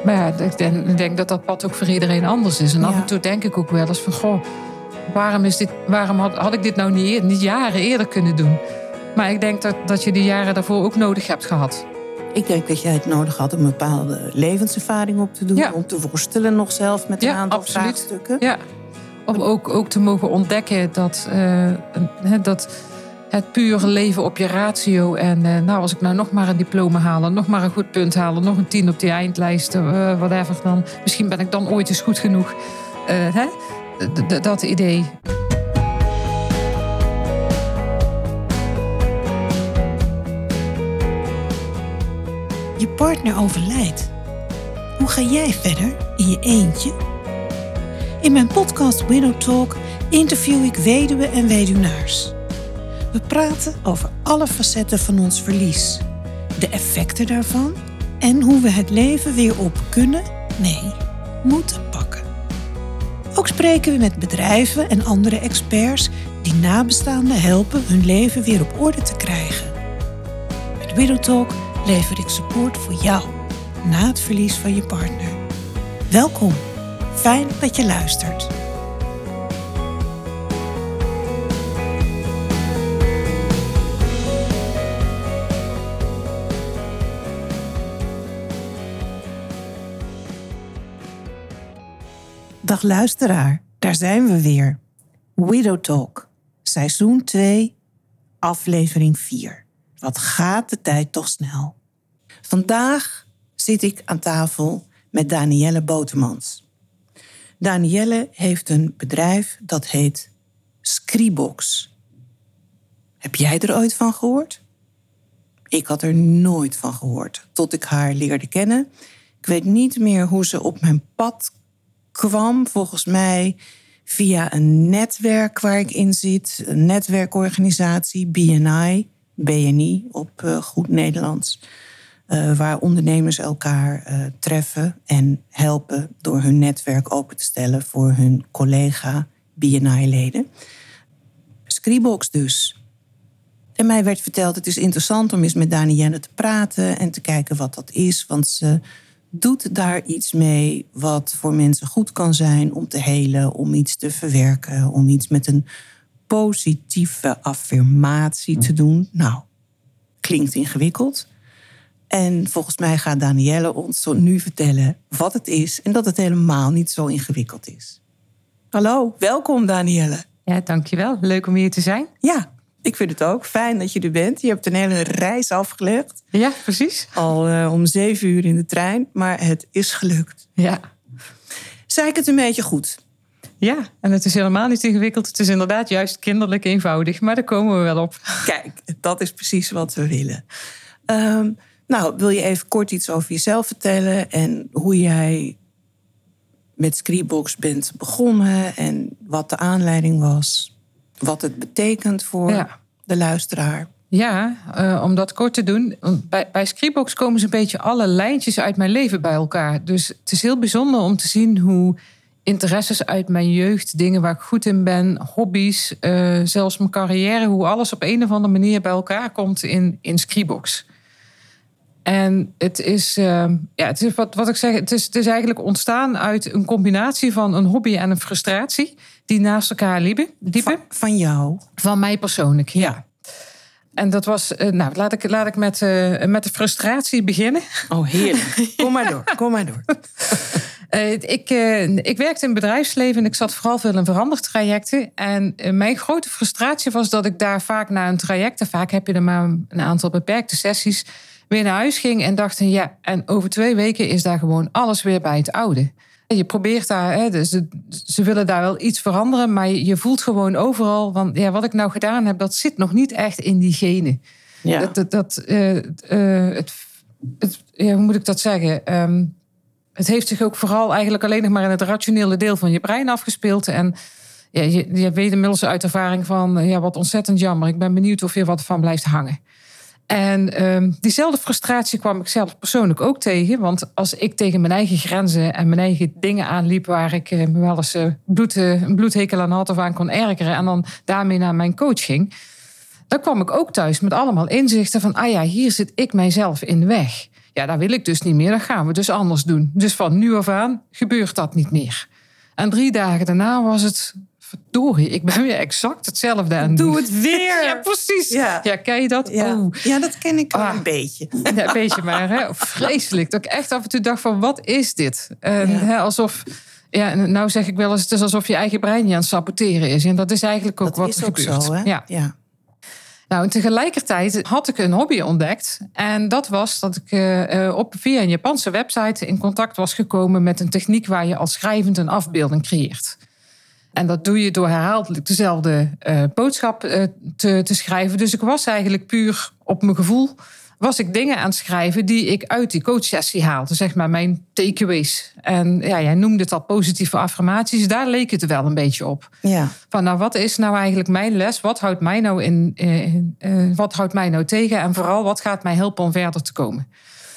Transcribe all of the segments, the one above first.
Maar ja, ik denk dat dat pad ook voor iedereen anders is. En af en toe denk ik ook wel eens van... Goh, waarom had ik dit nou niet jaren eerder kunnen doen? Maar ik denk dat je die jaren daarvoor ook nodig hebt gehad. Ik denk dat jij het nodig had om een bepaalde levenservaring op te doen. Ja. Om te worstelen nog zelf met een aantal vraagstukken. Ja, om ook te mogen ontdekken dat het pure leven op je ratio... en als ik nou nog maar een diploma halen, nog maar een goed punt halen... nog een 10 op die eindlijst, whatever dan... misschien ben ik dan ooit eens goed genoeg. Dat idee... Je partner overlijdt. Hoe ga jij verder in je eentje? In mijn podcast Widow Talk interview ik weduwen en weduwnaars. We praten over alle facetten van ons verlies, de effecten daarvan en hoe we het leven weer op kunnen, moeten pakken. Ook spreken we met bedrijven en andere experts die nabestaanden helpen hun leven weer op orde te krijgen. Met Widow Talk lever ik support voor jou na het verlies van je partner. Welkom, fijn dat je luistert. Dag luisteraar, daar zijn we weer. Widow Talk, seizoen 2, aflevering 4. Wat gaat de tijd toch snel. Vandaag zit ik aan tafel met Danielle Botermans. Danielle heeft een bedrijf dat heet Scribox. Heb jij er ooit van gehoord? Ik had er nooit van gehoord, tot ik haar leerde kennen. Ik weet niet meer hoe ze op mijn pad kwam. Volgens mij via een netwerk waar ik in zit. Een netwerkorganisatie, BNI op goed Nederlands. Waar ondernemers elkaar treffen en helpen door hun netwerk open te stellen voor hun collega BNI-leden. Scribox dus. En mij werd verteld, het is interessant om eens met Danielle te praten en te kijken wat dat is. Want ze doet daar iets mee wat voor mensen goed kan zijn om te helen, om iets te verwerken, om iets met een positieve affirmatie te doen. Nou, klinkt ingewikkeld. En volgens mij gaat Danielle ons zo nu vertellen wat het is en dat het helemaal niet zo ingewikkeld is. Hallo, welkom Danielle. Ja, dankjewel. Leuk om hier te zijn. Ja, ik vind het ook fijn dat je er bent. Je hebt een hele reis afgelegd. Ja, precies. Al om 7 uur in de trein, maar het is gelukt. Ja. Zei ik het een beetje goed? Ja, en het is helemaal niet ingewikkeld. Het is inderdaad juist kinderlijk eenvoudig, maar daar komen we wel op. Kijk, dat is precies wat we willen. Wil je even kort iets over jezelf vertellen en hoe jij met Scribox bent begonnen en wat de aanleiding was, wat het betekent voor de luisteraar? Ja, om dat kort te doen. Bij Scribox komen zo'n beetje alle lijntjes uit mijn leven bij elkaar. Dus het is heel bijzonder om te zien hoe interesses uit mijn jeugd, dingen waar ik goed in ben, hobby's, zelfs mijn carrière, hoe alles op een of andere manier bij elkaar komt in Scribox. En het is wat ik zeg, het is eigenlijk ontstaan uit een combinatie van een hobby en een frustratie die naast elkaar liepen. Van jou? Van mij persoonlijk, ja. En dat was, laat ik met de frustratie beginnen. Oh, heerlijk. Kom maar door. Ik werkte in het bedrijfsleven en ik zat vooral veel in verandertrajecten. En mijn grote frustratie was dat ik daar vaak na een traject, en vaak heb je er maar een aantal beperkte sessies, weer naar huis ging en dacht, en over 2 weken is daar gewoon alles weer bij het oude. Je probeert daar, ze willen daar wel iets veranderen, maar je voelt gewoon overal, want wat ik nou gedaan heb, dat zit nog niet echt in die genen. Ja. Hoe moet ik dat zeggen? Het heeft zich ook vooral eigenlijk alleen nog maar in het rationele deel van je brein afgespeeld. En je weet inmiddels uit ervaring van, wat ontzettend jammer. Ik ben benieuwd of er wat van blijft hangen. En diezelfde frustratie kwam ik zelf persoonlijk ook tegen. Want als ik tegen mijn eigen grenzen en mijn eigen dingen aanliep waar ik me wel eens een bloedhekel aan had of aan kon ergeren en dan daarmee naar mijn coach ging, dan kwam ik ook thuis met allemaal inzichten van, hier zit ik mijzelf in de weg. Ja, dat wil ik dus niet meer. Dat gaan we dus anders doen. Dus van nu af aan gebeurt dat niet meer. En 3 dagen daarna was het... Verdorie, ik ben weer exact hetzelfde aan het doen. Doe het weer. Ja, precies. Ja, ken je dat? Ja, Oh. ja dat ken ik al een beetje. Ja, een beetje maar. Hè? Vreselijk. Dat ik echt af en toe dacht van, wat is dit? Hè, alsof... Ja, nou zeg ik wel eens, het is alsof je eigen brein je aan het saboteren is. En dat is eigenlijk ook dat wat is er ook gebeurt. Zo, hè? Ja. Nou, en tegelijkertijd had ik een hobby ontdekt. En dat was dat ik via een Japanse website in contact was gekomen met een techniek waar je al schrijvend een afbeelding creëert. En dat doe je door herhaaldelijk dezelfde boodschap te schrijven. Dus ik was eigenlijk puur op mijn gevoel... was ik dingen aan het schrijven die ik uit die coachsessie haalde. Zeg maar mijn takeaways. En ja, jij noemde het al positieve affirmaties. Daar leek het wel een beetje op. Ja. Van nou, wat is nou eigenlijk mijn les? Wat houdt mij nou wat houdt mij nou tegen? En vooral, wat gaat mij helpen om verder te komen?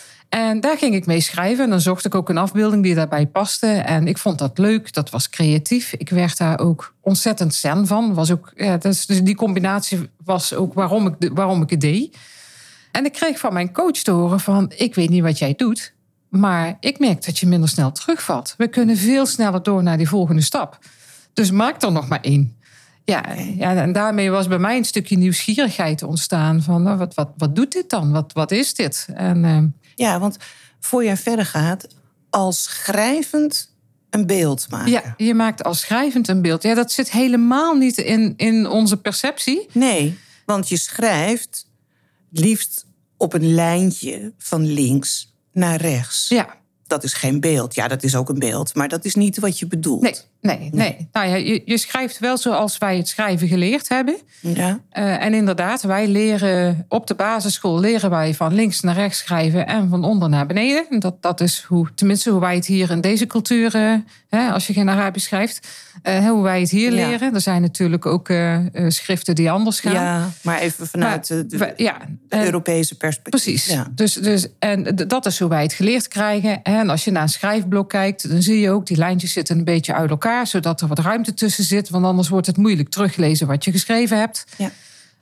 En daar ging ik mee schrijven. En dan zocht ik ook een afbeelding die daarbij paste. En ik vond dat leuk. Dat was creatief. Ik werd daar ook ontzettend zen van. Was ook, ja, dus die combinatie was ook waarom ik het deed. En ik kreeg van mijn coach te horen van... ik weet niet wat jij doet, maar ik merk dat je minder snel terugvalt. We kunnen veel sneller door naar die volgende stap. Dus maak er nog maar 1. Ja, en daarmee was bij mij een stukje nieuwsgierigheid ontstaan. Van nou, wat doet dit dan? Wat is dit? En, ja, want voor je verder gaat, als schrijvend een beeld maken. Ja, je maakt als schrijvend een beeld. Ja, dat zit helemaal niet in onze perceptie. Nee, want je schrijft liefst op een lijntje van links naar rechts. Ja. Dat is geen beeld. Ja, dat is ook een beeld, maar dat is niet wat je bedoelt. Nee. Nou ja, je schrijft wel zoals wij het schrijven geleerd hebben. Ja. En inderdaad, wij leren op de basisschool leren wij van links naar rechts schrijven en van onder naar beneden. Dat is tenminste hoe wij het hier in deze cultuur, als je geen Arabisch schrijft, hoe wij het hier leren. Er zijn natuurlijk ook schriften die anders gaan. Ja, maar even vanuit de Europese perspectief. Precies. Ja. Dus dat is hoe wij het geleerd krijgen. En als je naar een schrijfblok kijkt, dan zie je ook die lijntjes zitten een beetje uit elkaar, zodat er wat ruimte tussen zit, want anders wordt het moeilijk teruglezen wat je geschreven hebt. Ja.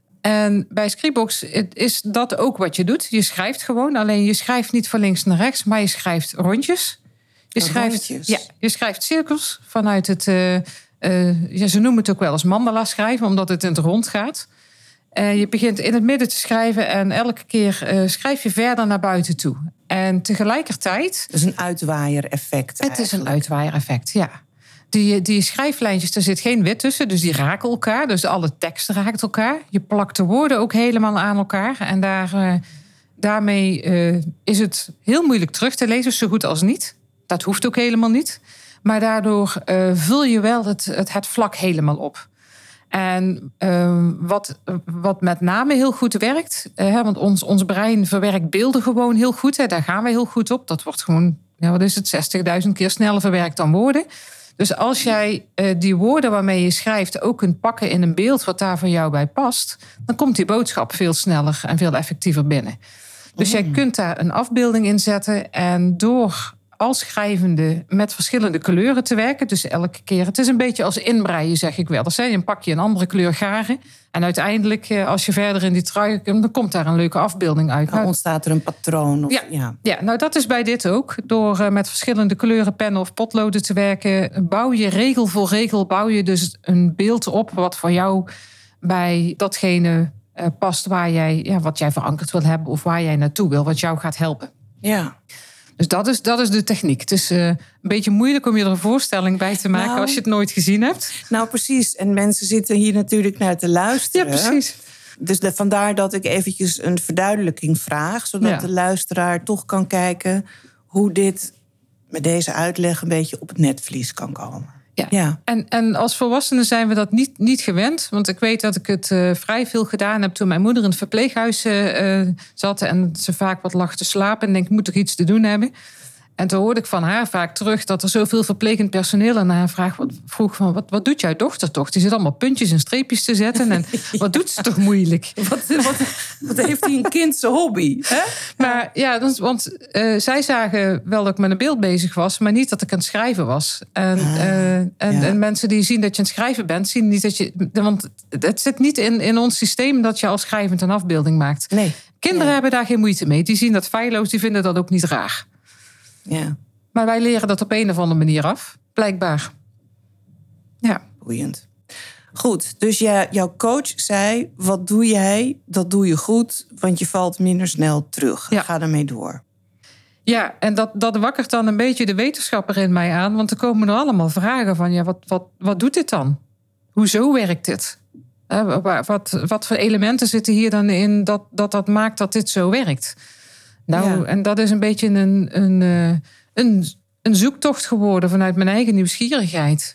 En bij Scribox is dat ook wat je doet. Je schrijft gewoon, alleen je schrijft niet van links naar rechts, maar je schrijft rondjes. Je schrijft cirkels vanuit het... ze noemen het ook wel eens mandala schrijven, omdat het in het rond gaat. Je begint in het midden te schrijven en elke keer schrijf je verder naar buiten toe. En tegelijkertijd... Het is een uitwaaier-effect. Het is een uitwaaier-effect, ja. Die schrijflijntjes, er zit geen wit tussen, dus die raken elkaar. Dus alle tekst raakt elkaar. Je plakt de woorden ook helemaal aan elkaar. En daarmee is het heel moeilijk terug te lezen, zo goed als niet. Dat hoeft ook helemaal niet. Maar daardoor vul je wel het vlak helemaal op. En wat met name heel goed werkt, want ons brein verwerkt beelden gewoon heel goed. Daar gaan we heel goed op. Dat wordt gewoon, 60.000 keer sneller verwerkt dan woorden. Dus als jij die woorden waarmee je schrijft ook kunt pakken in een beeld wat daar voor jou bij past, dan komt die boodschap veel sneller en veel effectiever binnen. Dus jij kunt daar een afbeelding in zetten en door als schrijvende met verschillende kleuren te werken. Dus elke keer, het is een beetje als inbreien, zeg ik wel. Dan pak je een andere kleur garen. En uiteindelijk, als je verder in die trui komt, dan komt daar een leuke afbeelding uit. Dan ontstaat er een patroon. Ja, nou dat is bij dit ook. Door met verschillende kleuren, pennen of potloden te werken, bouw je regel voor regel, bouw je dus een beeld op wat voor jou bij datgene past wat jij verankerd wil hebben of waar jij naartoe wil, wat jou gaat helpen. Ja. Dus dat is de techniek. Het is een beetje moeilijk om je er een voorstelling bij te maken als je het nooit gezien hebt. Nou, precies. En mensen zitten hier natuurlijk naar te luisteren. Ja, precies. Dus vandaar dat ik eventjes een verduidelijking vraag, zodat de luisteraar toch kan kijken hoe dit met deze uitleg een beetje op het netvlies kan komen. Ja. En als volwassenen zijn we dat niet gewend. Want ik weet dat ik het vrij veel gedaan heb toen mijn moeder in het verpleeghuis zat en ze vaak wat lag te slapen en denk ik moet toch iets te doen hebben. En toen hoorde ik van haar vaak terug dat er zoveel verplegend personeel aan haar vroeg van wat doet jouw dochter toch? Die zit allemaal puntjes en streepjes te zetten en wat doet ze toch moeilijk? Wat heeft hij een kind zijn hobby? Hè? Maar ja, want zij zagen wel dat ik met een beeld bezig was, maar niet dat ik aan het schrijven was. En mensen die zien dat je aan het schrijven bent, zien niet dat je... Want het zit niet in ons systeem dat je als schrijvend een afbeelding maakt. Nee. Kinderen hebben daar geen moeite mee. Die zien dat feilloos, die vinden dat ook niet raar. Ja. Maar wij leren dat op een of andere manier af, blijkbaar. Ja. Boeiend. Goed, dus jouw coach zei, wat doe jij? Dat doe je goed, want je valt minder snel terug. Ja. Ga ermee door. Ja, en dat wakkert dan een beetje de wetenschapper in mij aan. Want er komen er allemaal vragen van, ja, wat doet dit dan? Hoezo werkt dit? Wat voor elementen zitten hier dan in dat maakt dat dit zo werkt? Nou, en dat is een beetje een zoektocht geworden vanuit mijn eigen nieuwsgierigheid.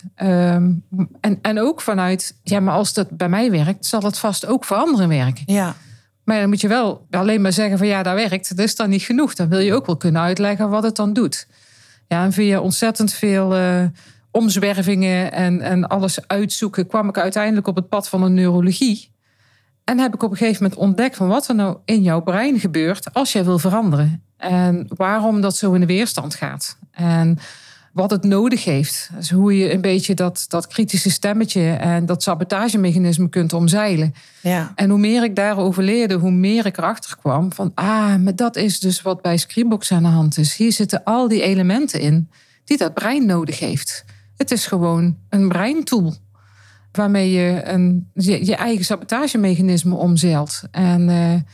En ook vanuit, ja, maar als dat bij mij werkt, zal het vast ook voor anderen werken. Ja. Maar dan moet je wel alleen maar zeggen van ja, dat werkt. Dat is dan niet genoeg. Dan wil je ook wel kunnen uitleggen wat het dan doet. Ja, en via ontzettend veel omzwervingen en alles uitzoeken, kwam ik uiteindelijk op het pad van de neurologie. En heb ik op een gegeven moment ontdekt van wat er nou in jouw brein gebeurt als jij wil veranderen. En waarom dat zo in de weerstand gaat. En wat het nodig heeft. Dus hoe je een beetje dat kritische stemmetje en dat sabotagemechanisme kunt omzeilen. Ja. En hoe meer ik daarover leerde, hoe meer ik erachter kwam van maar dat is dus wat bij Scribox aan de hand is. Hier zitten al die elementen in die dat brein nodig heeft. Het is gewoon een breintool waarmee je eigen sabotagemechanisme omzeilt. En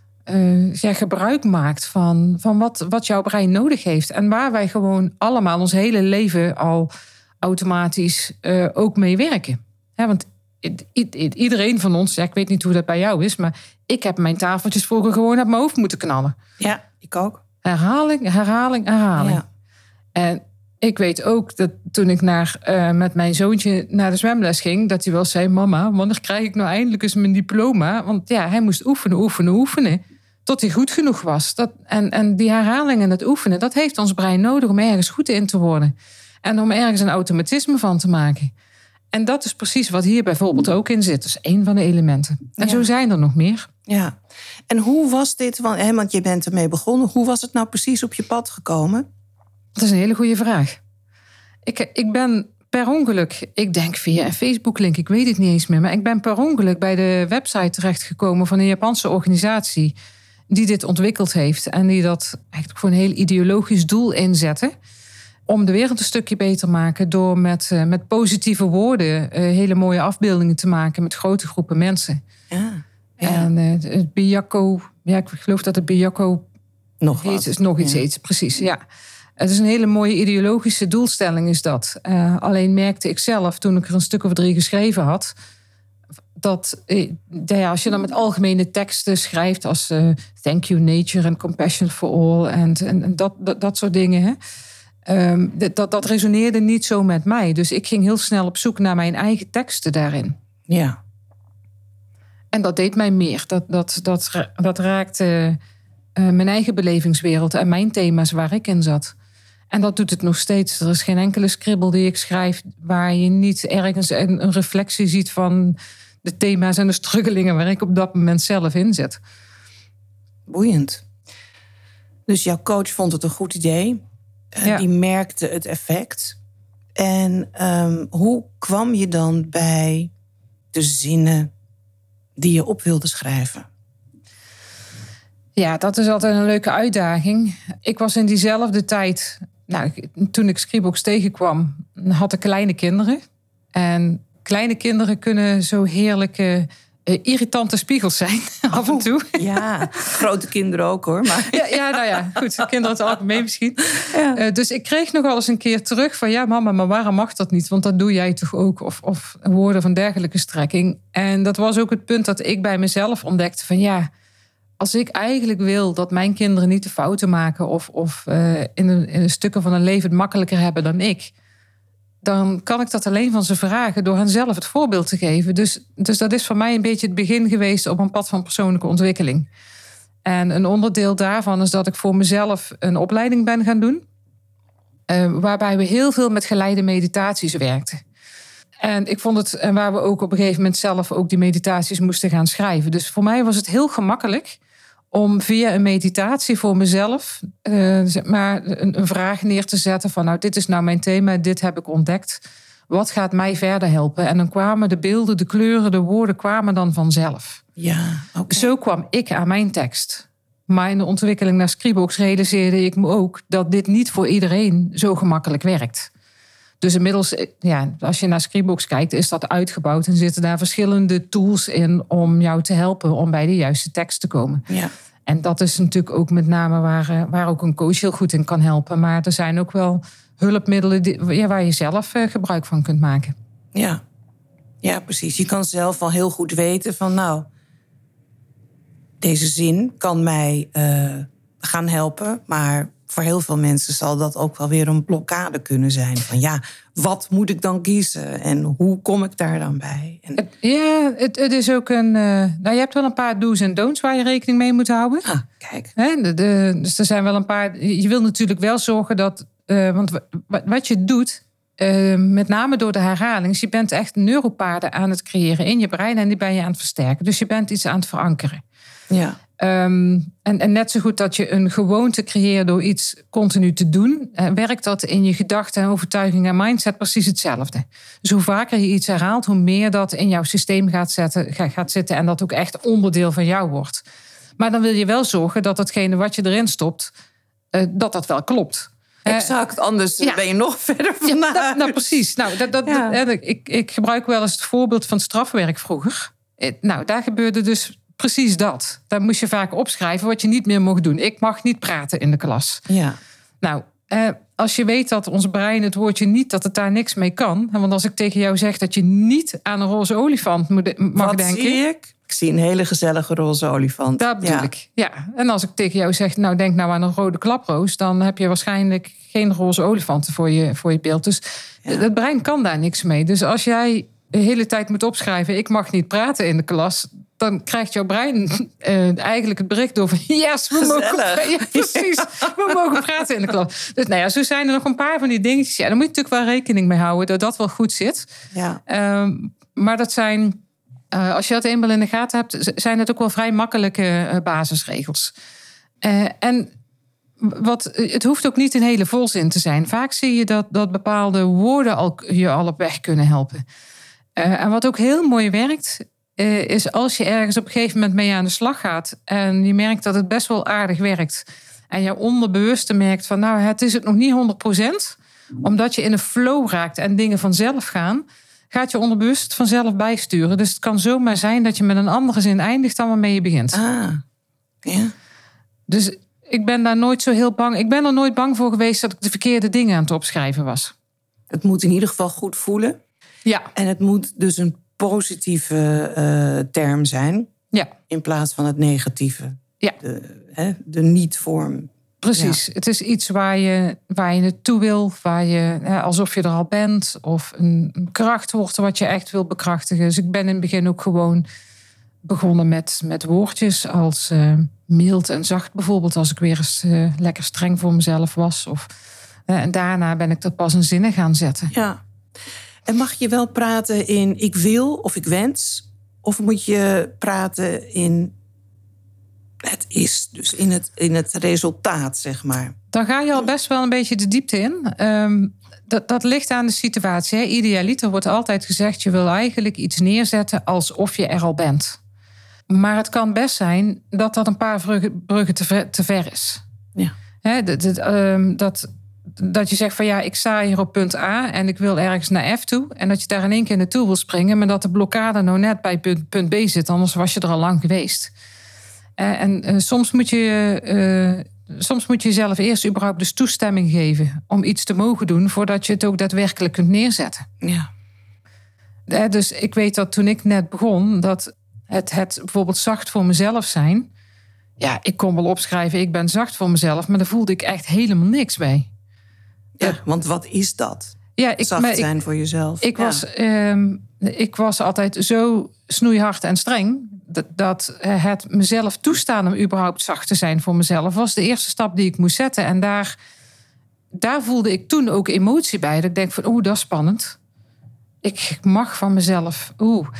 gebruik maakt van wat jouw brein nodig heeft. En waar wij gewoon allemaal ons hele leven al automatisch ook mee werken. Want iedereen van ons, ik weet niet hoe dat bij jou is, maar ik heb mijn tafeltjes vroeger gewoon uit mijn hoofd moeten knallen. Ja, ik ook. Herhaling, herhaling, herhaling. Ja. En ik weet ook dat toen ik met mijn zoontje naar de zwemles ging, dat hij wel zei, mama, wanneer krijg ik nou eindelijk eens mijn diploma? Want ja, hij moest oefenen, tot hij goed genoeg was. En die herhaling en het oefenen, dat heeft ons brein nodig om ergens goed in te worden. En om ergens een automatisme van te maken. En dat is precies wat hier bijvoorbeeld ook in zit. Dus één van de elementen. En zo zijn er nog meer. Ja. En hoe was dit, want je bent ermee begonnen. Hoe was het nou precies op je pad gekomen? Dat is een hele goede vraag. Ik ben per ongeluk, ik denk via een Facebook-link, ik weet het niet eens meer, maar ik ben per ongeluk bij de website terechtgekomen van een Japanse organisatie die dit ontwikkeld heeft en die dat eigenlijk voor een heel ideologisch doel inzette om de wereld een stukje beter te maken door met positieve woorden hele mooie afbeeldingen te maken met grote groepen mensen. Ja. En het Byaku, ik geloof dat het Byaku nog iets heet, precies, ja. Het is een hele mooie ideologische doelstelling is dat. Alleen merkte ik zelf, toen ik er een stuk of 3 geschreven had, dat als je dan met algemene teksten schrijft als thank you nature and compassion for all en dat soort dingen, dat resoneerde niet zo met mij. Dus ik ging heel snel op zoek naar mijn eigen teksten daarin. Ja. En dat deed mij meer. Dat raakte mijn eigen belevingswereld en mijn thema's waar ik in zat. En dat doet het nog steeds. Er is geen enkele scribbel die ik schrijf waar je niet ergens een reflectie ziet van de thema's en de struggelingen waar ik op dat moment zelf in zit. Boeiend. Dus jouw coach vond het een goed idee. Die merkte het effect. En hoe kwam je dan bij de zinnen die je op wilde schrijven? Ja, dat is altijd een leuke uitdaging. Ik was in diezelfde tijd, toen ik Scribox tegenkwam, had ik kleine kinderen. En kleine kinderen kunnen zo heerlijke, irritante spiegels zijn, af en toe. Ja, grote kinderen ook hoor. Maar. Ja, goed. Kinderen in het algemeen misschien. Ja. Dus ik kreeg nog wel eens een keer terug van, ja mama, maar waarom mag dat niet? Want dat doe jij toch ook? Of woorden van dergelijke strekking. En dat was ook het punt dat ik bij mezelf ontdekte van, ja, als ik eigenlijk wil dat mijn kinderen niet de fouten maken of in een stukken van hun leven het makkelijker hebben dan ik, dan kan ik dat alleen van ze vragen door hen zelf het voorbeeld te geven. Dus dat is voor mij een beetje het begin geweest op een pad van persoonlijke ontwikkeling. En een onderdeel daarvan is dat ik voor mezelf een opleiding ben gaan doen, waarbij we heel veel met geleide meditaties werkten. En ik vond het, en waar we ook op een gegeven moment zelf ook die meditaties moesten gaan schrijven. Dus voor mij was het heel gemakkelijk om via een meditatie voor mezelf een vraag neer te zetten van, nou, dit is nou mijn thema, dit heb ik ontdekt. wat gaat mij verder helpen? En dan kwamen de beelden, de kleuren, de woorden kwamen dan vanzelf. Ja, okay. Zo kwam ik aan mijn tekst. Maar in de ontwikkeling naar Scribox realiseerde ik me ook dat dit niet voor iedereen zo gemakkelijk werkt. Dus inmiddels, als je naar Scribox kijkt, is dat uitgebouwd en zitten daar verschillende tools in om jou te helpen om bij de juiste tekst te komen. Ja. En dat is natuurlijk ook met name waar ook een coach heel goed in kan helpen. Maar er zijn ook wel hulpmiddelen waar je zelf gebruik van kunt maken. Ja, precies. Je kan zelf al heel goed weten van deze zin kan mij gaan helpen. Maar voor heel veel mensen zal dat ook wel weer een blokkade kunnen zijn. Van wat moet ik dan kiezen? En hoe kom ik daar dan bij? Het is ook een... je hebt wel een paar do's en don'ts waar je rekening mee moet houden. Kijk. Dus er zijn wel een paar... Je wil natuurlijk wel zorgen dat... want wat je doet, met name door de herhaling... is je bent echt neuropaden aan het creëren in je brein... en die ben je aan het versterken. Dus je bent iets aan het verankeren. Ja. En net zo goed dat je een gewoonte creëert door iets continu te doen, werkt dat in je gedachten, overtuiging en mindset precies hetzelfde. Dus hoe vaker je iets herhaalt, hoe meer dat in jouw systeem gaat zitten en dat ook echt onderdeel van jou wordt. Maar dan wil je wel zorgen dat hetgene wat je erin stopt, dat wel klopt. Exact, anders ben je nog verder vandaan. Precies. Ik gebruik wel eens het voorbeeld van strafwerk vroeger. Daar gebeurde dus precies dat. Daar moest je vaak opschrijven wat je niet meer mocht doen. Ik mag niet praten in de klas. Ja. Als je weet dat ons brein het woordje niet, dat het daar niks mee kan. Want als ik tegen jou zeg dat je niet aan een roze olifant mag denken. Wat zie ik? Ik zie een hele gezellige roze olifant. Dat bedoel ik. Ja. En als ik tegen jou zeg, denk aan een rode klaproos, dan heb je waarschijnlijk geen roze olifanten voor je beeld. Dus het brein kan daar niks mee. Dus als jij de hele tijd moet opschrijven, ik mag niet praten in de klas, dan krijgt jouw brein eigenlijk het bericht door van yes, we mogen praten in de klas. Dus zo zijn er nog een paar van die dingetjes. Ja, daar moet je natuurlijk wel rekening mee houden dat dat wel goed zit. Ja. Maar dat zijn, als je dat eenmaal in de gaten hebt, zijn het ook wel vrij makkelijke basisregels. En het hoeft ook niet een hele volzin te zijn. Vaak zie je dat bepaalde woorden je al op weg kunnen helpen. En wat ook heel mooi werkt, is als je ergens op een gegeven moment mee aan de slag gaat en je merkt dat het best wel aardig werkt en je onderbewuste merkt van het is het nog niet 100%, omdat je in een flow raakt en dingen vanzelf gaan, gaat je onderbewust het vanzelf bijsturen. Dus het kan zomaar zijn dat je met een andere zin eindigt dan waarmee je begint. Ja. Dus ik ben daar nooit zo heel bang. Ik ben er nooit bang voor geweest dat ik de verkeerde dingen aan het opschrijven was. Het moet in ieder geval goed voelen. Ja. En het moet dus een positieve term zijn. Ja. In plaats van het negatieve. Ja. De niet-vorm. Precies. Ja. Het is iets waar je naartoe wil. Waar je, alsof je er al bent. Of een kracht wordt wat je echt wil bekrachtigen. Dus ik ben in het begin ook gewoon begonnen met woordjes als mild en zacht bijvoorbeeld. Als ik weer eens lekker streng voor mezelf was. En daarna ben ik er pas in zinnen gaan zetten. Ja. En mag je wel praten in ik wil of ik wens? Of moet je praten in het is, dus in het resultaat, zeg maar? Dan ga je al best wel een beetje de diepte in. Dat ligt aan de situatie. Hè. Idealiter wordt altijd gezegd, je wil eigenlijk iets neerzetten alsof je er al bent. Maar het kan best zijn dat een paar bruggen te ver is. Ja. Hè, dat je zegt van ik sta hier op punt A en ik wil ergens naar F toe. En dat je daar in één keer naartoe wil springen, maar dat de blokkade nou net bij punt B zit. Anders was je er al lang geweest. Soms moet je jezelf eerst überhaupt dus toestemming geven om iets te mogen doen voordat je het ook daadwerkelijk kunt neerzetten. Ja. Dus ik weet dat toen ik net begon, dat het bijvoorbeeld zacht voor mezelf zijn. Ja, ik kon wel opschrijven, ik ben zacht voor mezelf, maar daar voelde ik echt helemaal niks bij. Ja, want wat is dat? Zacht zijn voor jezelf. Ik was altijd zo snoeihard en streng dat het mezelf toestaan om überhaupt zacht te zijn voor mezelf was de eerste stap die ik moest zetten. En daar voelde ik toen ook emotie bij. Dat ik denk van, dat is spannend. Ik mag van mezelf.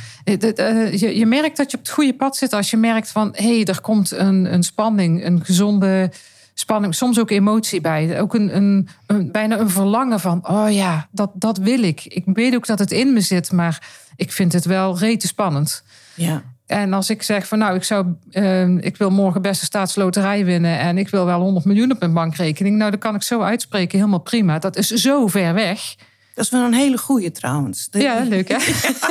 Je merkt dat je op het goede pad zit als je merkt van, er komt een spanning, een gezonde spanning, soms ook emotie bij. Ook bijna een verlangen van, oh ja, dat wil ik. Ik weet ook dat het in me zit, maar ik vind het wel rete spannend. Ja. En als ik zeg van nou, ik wil morgen best de staatsloterij winnen en ik wil wel 100 miljoen op mijn bankrekening. Nou, dat kan ik zo uitspreken, helemaal prima. Dat is zo ver weg. Dat is wel een hele goeie trouwens. Ja, leuk hè?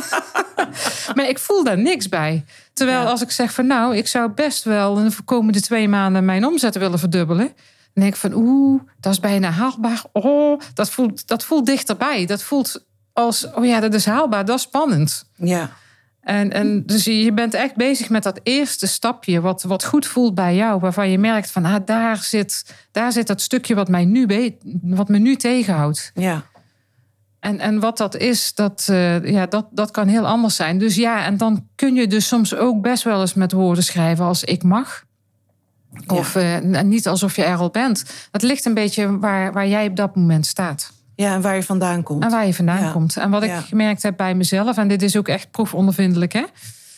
Maar ik voel daar niks bij. Terwijl als ik zeg van nou, ik zou best wel in de komende 2 maanden mijn omzet willen verdubbelen. Dan denk ik van dat is bijna haalbaar. Oh, dat voelt dichterbij. Dat voelt als, oh ja, dat is haalbaar, dat is spannend. Ja. En dus je bent echt bezig met dat eerste stapje, wat goed voelt bij jou, waarvan je merkt van daar zit dat stukje wat me nu tegenhoudt. Ja. En wat dat is, dat kan heel anders zijn. Dus ja, en dan kun je dus soms ook best wel eens met woorden schrijven als ik mag. Ja. Of niet alsof je er al bent. Het ligt een beetje waar jij op dat moment staat. Ja, en waar je vandaan komt. En waar je vandaan komt. En wat ik gemerkt heb bij mezelf, en dit is ook echt proefondervindelijk, hè,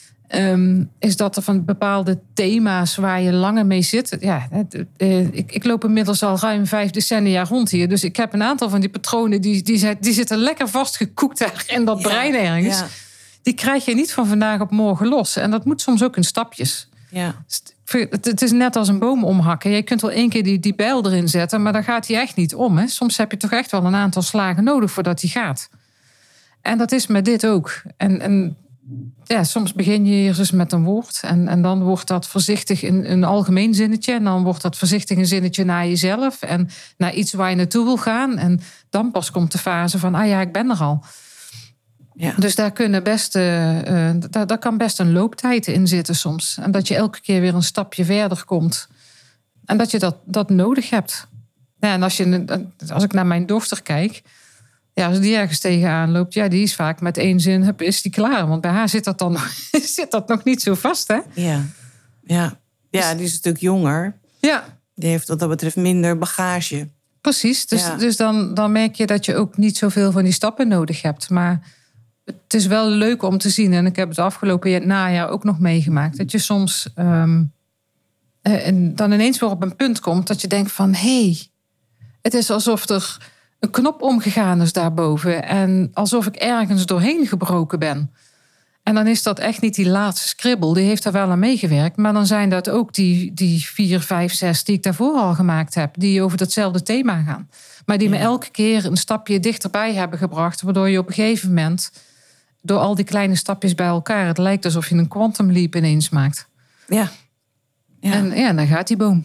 is dat er van bepaalde thema's waar je langer mee zit. Ja, ik loop inmiddels al ruim 5 decennia rond hier. Dus ik heb een aantal van die patronen die zitten lekker vastgekoekt daar in dat brein ergens. Ja. Die krijg je niet van vandaag op morgen los. En dat moet soms ook in stapjes. Ja. Het is net als een boom omhakken. Je kunt wel 1 keer die bijl erin zetten, maar dan gaat hij echt niet om. Hè? Soms heb je toch echt wel een aantal slagen nodig voordat hij gaat. En dat is met dit ook. En ja, soms begin je eerst eens met een woord. En dan wordt dat voorzichtig een algemeen zinnetje. En dan wordt dat voorzichtig een zinnetje naar jezelf. En naar iets waar je naartoe wil gaan. En dan pas komt de fase van, ik ben er al. Ja. Dus daar kan best een looptijd in zitten soms. En dat je elke keer weer een stapje verder komt. En dat je dat nodig hebt. Ja, en als ik naar mijn dochter kijk, als die ergens tegenaan loopt, die is vaak met 1 zin, is die klaar. Want bij haar zit dat nog niet zo vast, hè? Ja, die is een stuk jonger. Ja. Die heeft wat dat betreft minder bagage. Precies, dus dan merk je dat je ook niet zoveel van die stappen nodig hebt. Maar het is wel leuk om te zien. En ik heb het afgelopen najaar ook nog meegemaakt. Dat je soms dan ineens weer op een punt komt dat je denkt van, het is alsof er een knop omgegaan is daarboven. En alsof ik ergens doorheen gebroken ben. En dan is dat echt niet die laatste skribbel. Die heeft daar wel aan meegewerkt. Maar dan zijn dat ook die 4, 5, 6 die ik daarvoor al gemaakt heb. Die over datzelfde thema gaan. Maar die me elke keer een stapje dichterbij hebben gebracht. Waardoor je op een gegeven moment, door al die kleine stapjes bij elkaar, het lijkt alsof je een quantum leap ineens maakt. Ja. En dan gaat die boom.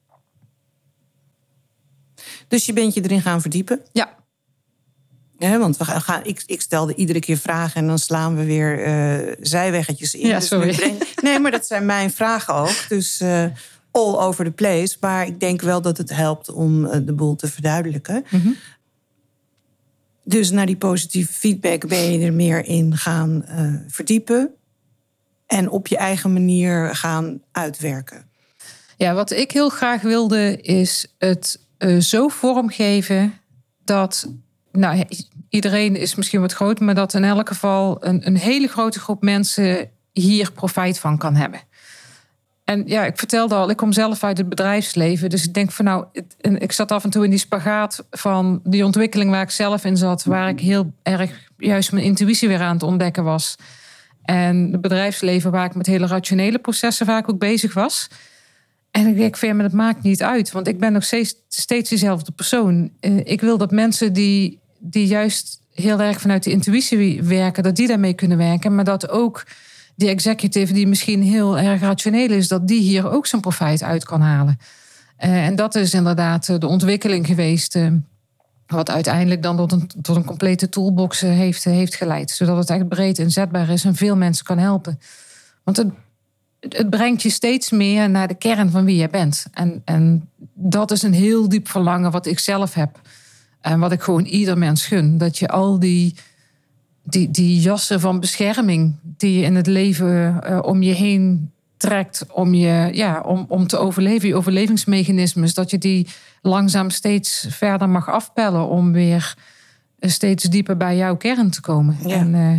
Dus je bent je erin gaan verdiepen? Ja. Want ik stelde iedere keer vragen en dan slaan we weer zijweggetjes in. Ja, sorry. Nee, maar dat zijn mijn vragen ook. Dus all over the place. Maar ik denk wel dat het helpt om de boel te verduidelijken. Mm-hmm. Dus naar die positieve feedback ben je er meer in gaan verdiepen. En op je eigen manier gaan uitwerken. Ja, wat ik heel graag wilde is het zo vormgeven dat, iedereen is misschien wat groot, maar dat in elk geval een hele grote groep mensen hier profijt van kan hebben. En ja, ik vertelde al, ik kom zelf uit het bedrijfsleven. Dus ik denk van ik zat af en toe in die spagaat van die ontwikkeling waar ik zelf in zat. Waar ik heel erg juist mijn intuïtie weer aan het ontdekken was. En het bedrijfsleven waar ik met hele rationele processen vaak ook bezig was. En ik denk, maar dat maakt niet uit. Want ik ben nog steeds dezelfde persoon. Ik wil dat mensen die juist heel erg vanuit de intuïtie werken, dat die daarmee kunnen werken. Maar dat ook die executive die misschien heel erg rationeel is, dat die hier ook zijn profijt uit kan halen. En dat is inderdaad de ontwikkeling geweest, wat uiteindelijk dan tot een complete toolbox heeft geleid. Zodat het echt breed inzetbaar is en veel mensen kan helpen. Want het brengt je steeds meer naar de kern van wie je bent. En dat is een heel diep verlangen wat ik zelf heb. En wat ik gewoon ieder mens gun. Dat je al die jassen van bescherming die je in het leven om je heen trekt om te overleven, je overlevingsmechanismes, dat je die langzaam steeds verder mag afpellen om weer steeds dieper bij jouw kern te komen. Ja.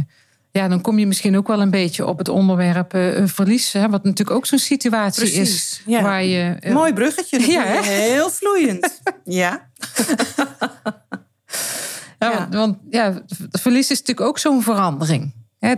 Ja, dan kom je misschien ook wel een beetje op het onderwerp verlies. Hè, wat natuurlijk ook zo'n situatie is. Ja. Waar je, mooi bruggetje. Dat ja, doe je heel vloeiend. Ja. Want verlies is natuurlijk ook zo'n verandering. Hè,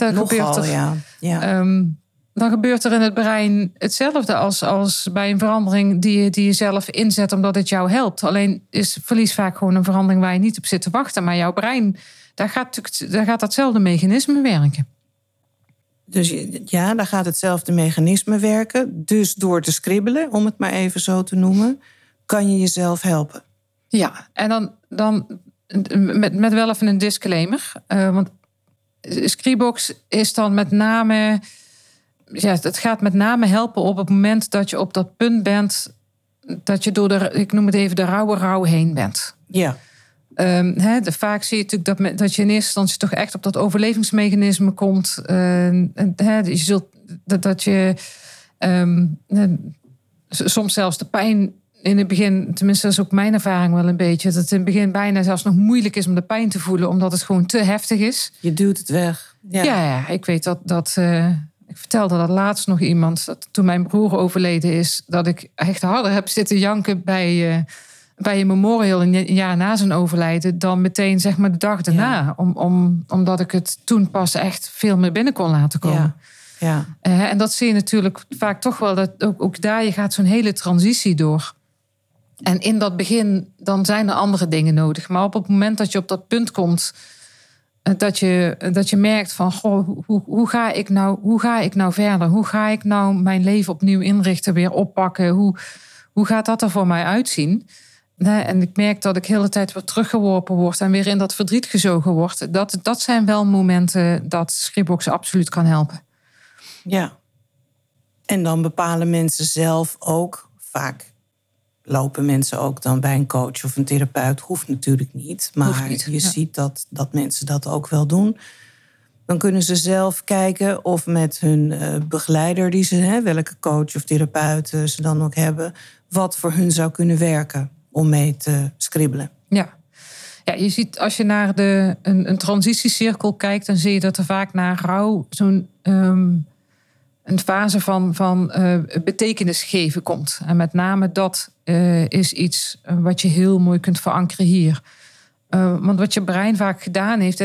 dan gebeurt er in het brein hetzelfde als bij een verandering die je zelf inzet omdat het jou helpt. Alleen is verlies vaak gewoon een verandering waar je niet op zit te wachten. Maar jouw brein, daar gaat datzelfde mechanisme werken. Dus ja, daar gaat hetzelfde mechanisme werken. Dus door te scribbelen, om het maar even zo te noemen, kan je jezelf helpen. Ja, en dan met wel even een disclaimer. Want Scribox is dan met name... Ja, het gaat met name helpen op het moment dat je op dat punt bent... dat je door ik noem het even de rauwe rouw heen bent. Ja. Vaak zie je natuurlijk dat je in eerste instantie toch echt op dat overlevingsmechanisme komt. Je zult dat je soms zelfs de pijn in het begin, tenminste dat is ook mijn ervaring wel een beetje, dat het in het begin bijna zelfs nog moeilijk is om de pijn te voelen, omdat het gewoon te heftig is. Je duwt het weg. Ja, ik weet dat ik vertelde dat laatst nog iemand, dat toen mijn broer overleden is, dat ik echt harder heb zitten janken bij een memorial een jaar na zijn overlijden dan meteen zeg maar de dag daarna. Ja. Omdat ik het toen pas echt veel meer binnen kon laten komen. Ja. En dat zie je natuurlijk vaak toch wel, dat ook daar, je gaat zo'n hele transitie door. En in dat begin, dan zijn er andere dingen nodig. Maar op het moment dat je op dat punt komt, dat je merkt van, goh, hoe ga ik nou verder? Hoe ga ik nou mijn leven opnieuw inrichten, weer oppakken? Hoe gaat dat er voor mij uitzien? En ik merk dat ik de hele tijd weer teruggeworpen word en weer in dat verdriet gezogen word. Dat zijn wel momenten dat Scribox absoluut kan helpen. Ja. En dan bepalen mensen zelf ook, vaak lopen mensen ook dan bij een coach of een therapeut. Hoeft natuurlijk niet, maar je ziet dat mensen dat ook wel doen. Dan kunnen ze zelf kijken of met hun begeleider die ze, welke coach of therapeut ze dan ook hebben, wat voor hun zou kunnen werken om mee te scribbelen. Ja, je ziet als je naar een transitiecirkel kijkt, dan zie je dat er vaak na rouw zo'n een fase van betekenis geven komt. En met name dat is iets wat je heel mooi kunt verankeren hier. Want wat je brein vaak gedaan heeft,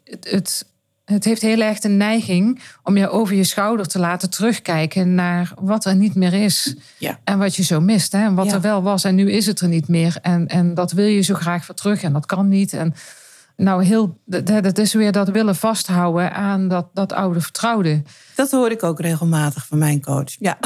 het heeft heel erg de neiging om je over je schouder te laten terugkijken naar wat er niet meer is. Ja. En wat je zo mist. Hè? En wat er wel was en nu is het er niet meer. En dat wil je zo graag weer terug en dat kan niet. En nou, dat is weer dat willen vasthouden aan dat oude vertrouwde. Dat hoor ik ook regelmatig van mijn coach. Ja,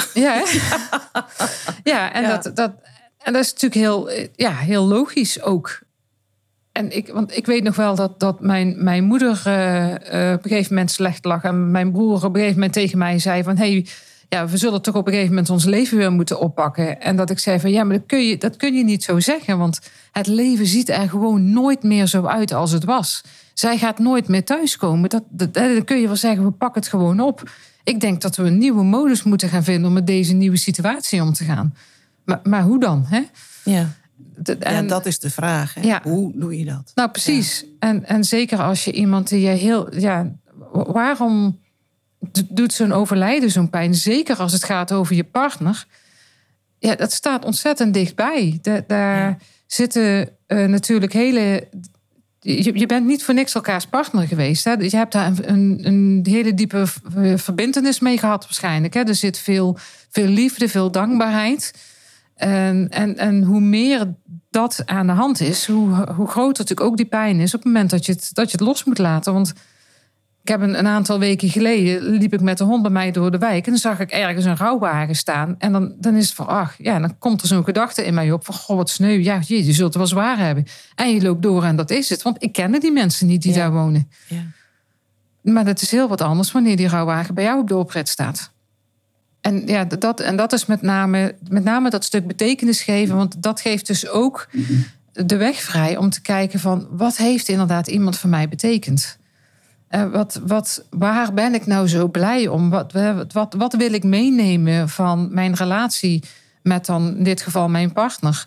en dat is natuurlijk heel logisch ook. Want ik weet nog wel dat mijn moeder op een gegeven moment slecht lag. En mijn broer op een gegeven moment tegen mij zei van, we zullen toch op een gegeven moment ons leven weer moeten oppakken. En dat ik zei van, maar dat kun je niet zo zeggen. Want het leven ziet er gewoon nooit meer zo uit als het was. Zij gaat nooit meer thuiskomen. Dan kun je wel zeggen, we pakken het gewoon op. Ik denk dat we een nieuwe modus moeten gaan vinden om met deze nieuwe situatie om te gaan. Maar hoe dan? Hè? Ja. En dat is de vraag. Hè? Ja. Hoe doe je dat? Nou, precies. Ja. En zeker als je iemand die je waarom doet zo'n overlijden zo'n pijn? Zeker als het gaat over je partner. Ja, dat staat ontzettend dichtbij. Daar zitten natuurlijk hele... Je bent niet voor niks elkaars partner geweest. Hè? Je hebt daar een hele diepe verbintenis mee gehad waarschijnlijk. Hè? Er zit veel liefde, veel dankbaarheid. En hoe meer dat aan de hand is, hoe groter natuurlijk ook die pijn is op het moment dat je het los moet laten. Want ik heb een aantal weken geleden liep ik met de hond bij mij door de wijk en dan zag ik ergens een rouwwagen staan. En dan is het van, dan komt er zo'n gedachte in mij op van, goh, wat sneu. Ja, je zult het wel zwaar hebben. En je loopt door en dat is het. Want ik kende die mensen niet die daar wonen. Ja. Maar dat is heel wat anders wanneer die rouwwagen bij jou op de oprit staat. En dat is met name dat stuk betekenis geven. Want dat geeft dus ook de weg vrij om te kijken van, wat heeft inderdaad iemand voor mij betekend? Waar ben ik nou zo blij om? Wat wil ik meenemen van mijn relatie met dan in dit geval mijn partner?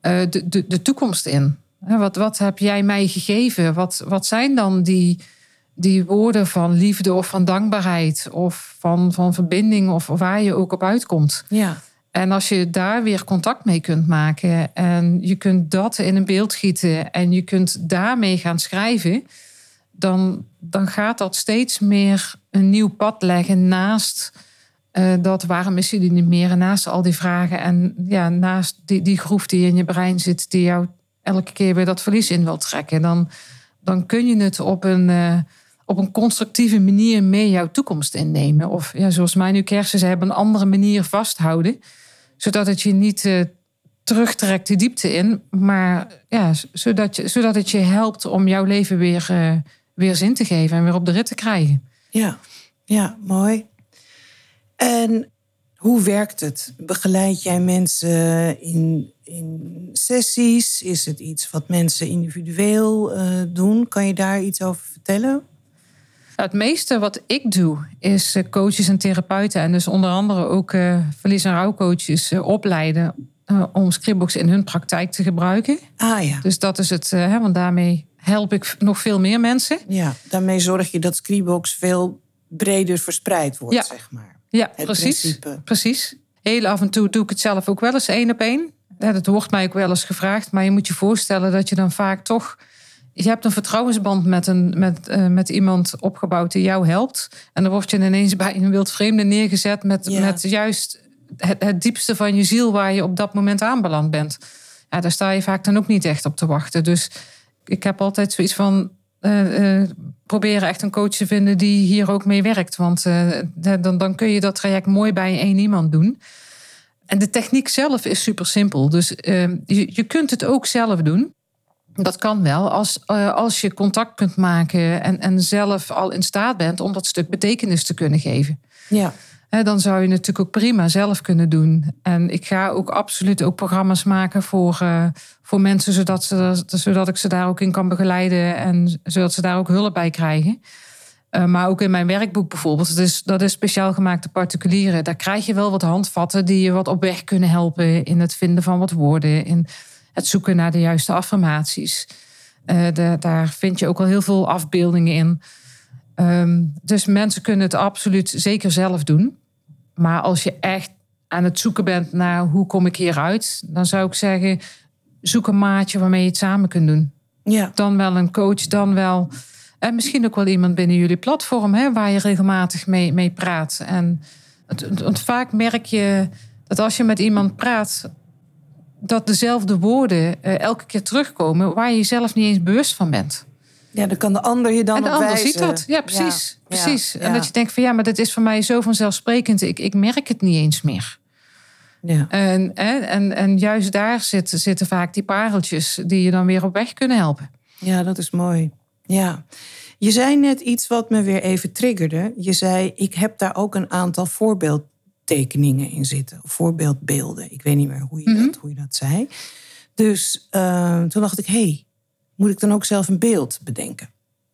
De toekomst in. Wat heb jij mij gegeven? Wat zijn dan die die woorden van liefde of van dankbaarheid of van verbinding of waar je ook op uitkomt. Ja. En als je daar weer contact mee kunt maken en je kunt dat in een beeld gieten en je kunt daarmee gaan schrijven, dan gaat dat steeds meer een nieuw pad leggen naast dat waarom is je er niet meer en naast al die vragen en ja, naast die groef die in je brein zit die jou elke keer weer dat verlies in wil trekken. Dan kun je het op een constructieve manier mee jouw toekomst innemen. Of ja, zoals mij nu Kersen zei, op een andere manier vasthouden. Zodat het je niet terugtrekt de diepte in. Maar ja, zodat het je helpt om jouw leven weer zin te geven en weer op de rit te krijgen. Ja, mooi. En hoe werkt het? Begeleid jij mensen in sessies? Is het iets wat mensen individueel doen? Kan je daar iets over vertellen? Het meeste wat ik doe is coaches en therapeuten en dus onder andere ook verlies- en rouwcoaches opleiden om Scriptbox in hun praktijk te gebruiken. Ja. Dus dat is het, want daarmee help ik nog veel meer mensen. Ja, daarmee zorg je dat Scriptbox veel breder verspreid wordt, zeg maar. Ja, het precies. Heel af en toe doe ik het zelf ook wel eens 1-op-1. Dat wordt mij ook wel eens gevraagd. Maar je moet je voorstellen dat je dan vaak toch... Je hebt een vertrouwensband met iemand opgebouwd die jou helpt. En dan word je ineens bij een wildvreemde neergezet met juist het diepste van je ziel waar je op dat moment aanbeland bent. Ja, daar sta je vaak dan ook niet echt op te wachten. Dus ik heb altijd zoiets van... proberen echt een coach te vinden die hier ook mee werkt. Want dan kun je dat traject mooi bij één iemand doen. En de techniek zelf is super simpel. Dus je kunt het ook zelf doen. Dat kan wel als je contact kunt maken en zelf al in staat bent om dat stuk betekenis te kunnen geven. Ja. Dan zou je natuurlijk ook prima zelf kunnen doen. En ik ga ook absoluut ook programma's maken voor mensen, zodat ik ze daar ook in kan begeleiden en zodat ze daar ook hulp bij krijgen. Maar ook in mijn werkboek bijvoorbeeld, dat is speciaal gemaakte particulieren. Daar krijg je wel wat handvatten die je wat op weg kunnen helpen in het vinden van wat woorden, in het zoeken naar de juiste affirmaties. Daar vind je ook al heel veel afbeeldingen in. Dus mensen kunnen het absoluut zeker zelf doen. Maar als je echt aan het zoeken bent naar hoe kom ik hieruit, dan zou ik zeggen, zoek een maatje waarmee je het samen kunt doen. Ja. Dan wel een coach, dan wel... En misschien ook wel iemand binnen jullie platform, waar je regelmatig mee praat. En vaak merk je dat als je met iemand praat, dat dezelfde woorden elke keer terugkomen waar je jezelf niet eens bewust van bent. Ja, dan kan de ander je dan en de op ander wijzen. ziet dat. Ja, precies. Ja. precies. Ja. En dat je denkt van ja, maar dat is voor mij zo vanzelfsprekend. Ik merk het niet eens meer. Ja. En juist daar zitten vaak die pareltjes die je dan weer op weg kunnen helpen. Ja, dat is mooi. Ja. Je zei net iets wat me weer even triggerde. Je zei, ik heb daar ook een aantal voorbeeldtekeningen in zitten. Of voorbeeldbeelden. Ik weet niet meer hoe je dat zei. Dus toen dacht ik, moet ik dan ook zelf een beeld bedenken?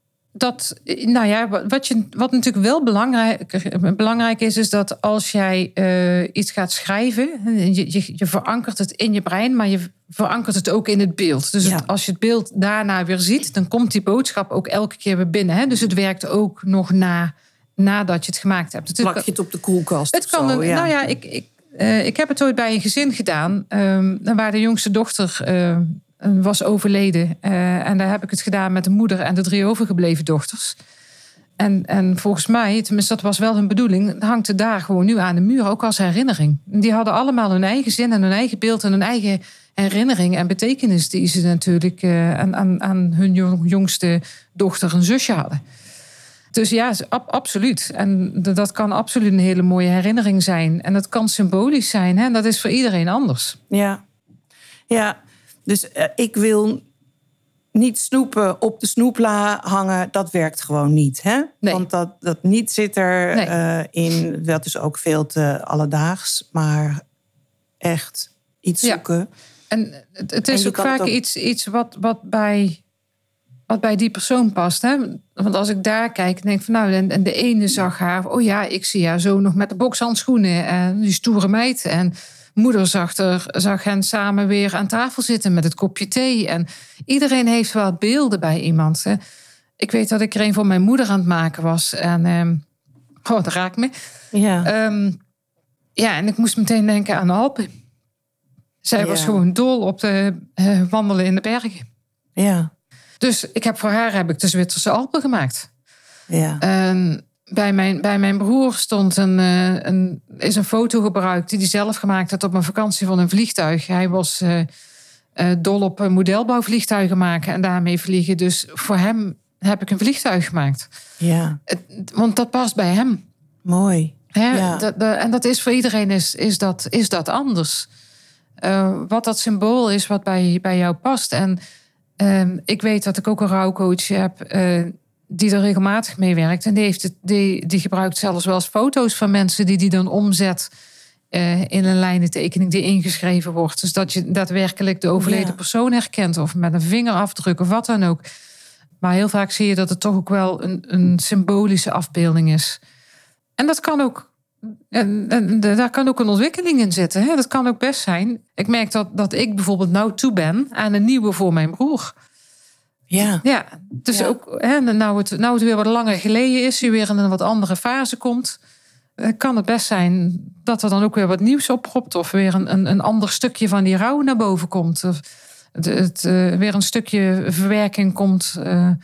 Wat natuurlijk wel belangrijk is dat als jij iets gaat schrijven, je verankert het in je brein, maar je verankert het ook in het beeld. Dus als je het beeld daarna weer ziet, dan komt die boodschap ook elke keer weer binnen. Hè? Dus het werkt ook nog nadat je het gemaakt hebt. Plak je het op de koelkast? Het kan. Ik heb het ooit bij een gezin gedaan, waar de jongste dochter was overleden. En daar heb ik het gedaan met de moeder en de 3 overgebleven dochters. En volgens mij, tenminste dat was wel hun bedoeling, hangt het daar gewoon nu aan de muur, ook als herinnering. Die hadden allemaal hun eigen zin en hun eigen beeld en hun eigen herinnering en betekenis die ze natuurlijk aan hun jongste dochter en zusje hadden. Dus ja, absoluut. En dat kan absoluut een hele mooie herinnering zijn. En dat kan symbolisch zijn. Hè? En dat is voor iedereen anders. Ja. Dus ik wil niet snoepen op de snoepla hangen. Dat werkt gewoon niet. Hè? Nee. Want dat niet zit er in. Dat is ook veel te alledaags. Maar echt iets zoeken. Ja. En het is ook vaak iets wat bij die persoon past. Hè? Want als ik daar kijk, denk ik van en de ene zag haar, oh ja, ik zie haar zo nog met de bokshandschoenen en die stoere meid. En moeder zag hen samen weer aan tafel zitten met het kopje thee. En iedereen heeft wel beelden bij iemand. Hè? Ik weet dat ik er een voor mijn moeder aan het maken was. En dat raakt me. Ja. En ik moest meteen denken aan de Alpen. Zij was gewoon dol op de wandelen in de bergen. Ja. Dus voor haar de Zwitserse Alpen gemaakt. Ja. Bij mijn broer stond is een foto gebruikt die hij zelf gemaakt had op een vakantie van een vliegtuig. Hij was dol op modelbouwvliegtuigen maken en daarmee vliegen. Dus voor hem heb ik een vliegtuig gemaakt. Ja. Want dat past bij hem. Mooi. Ja. En dat is voor iedereen is dat anders. Wat dat symbool is wat bij jou past. En ik weet dat ik ook een rouwcoach heb die er regelmatig mee werkt. En die gebruikt zelfs wel eens foto's van mensen die dan omzet in een lijnentekening die ingeschreven wordt. Dus dat je daadwerkelijk de overleden persoon herkent. Of met een vingerafdruk of wat dan ook. Maar heel vaak zie je dat het toch ook wel een symbolische afbeelding is. En dat kan ook. En daar kan ook een ontwikkeling in zitten. Hè? Dat kan ook best zijn. Ik merk dat ik bijvoorbeeld nou toe ben aan een nieuwe voor mijn broer. Ja, dus ook nou het weer wat langer geleden is, je weer in een wat andere fase komt, kan het best zijn dat er dan ook weer wat nieuws oppropt of weer een ander stukje van die rouw naar boven komt. Of weer een stukje verwerking komt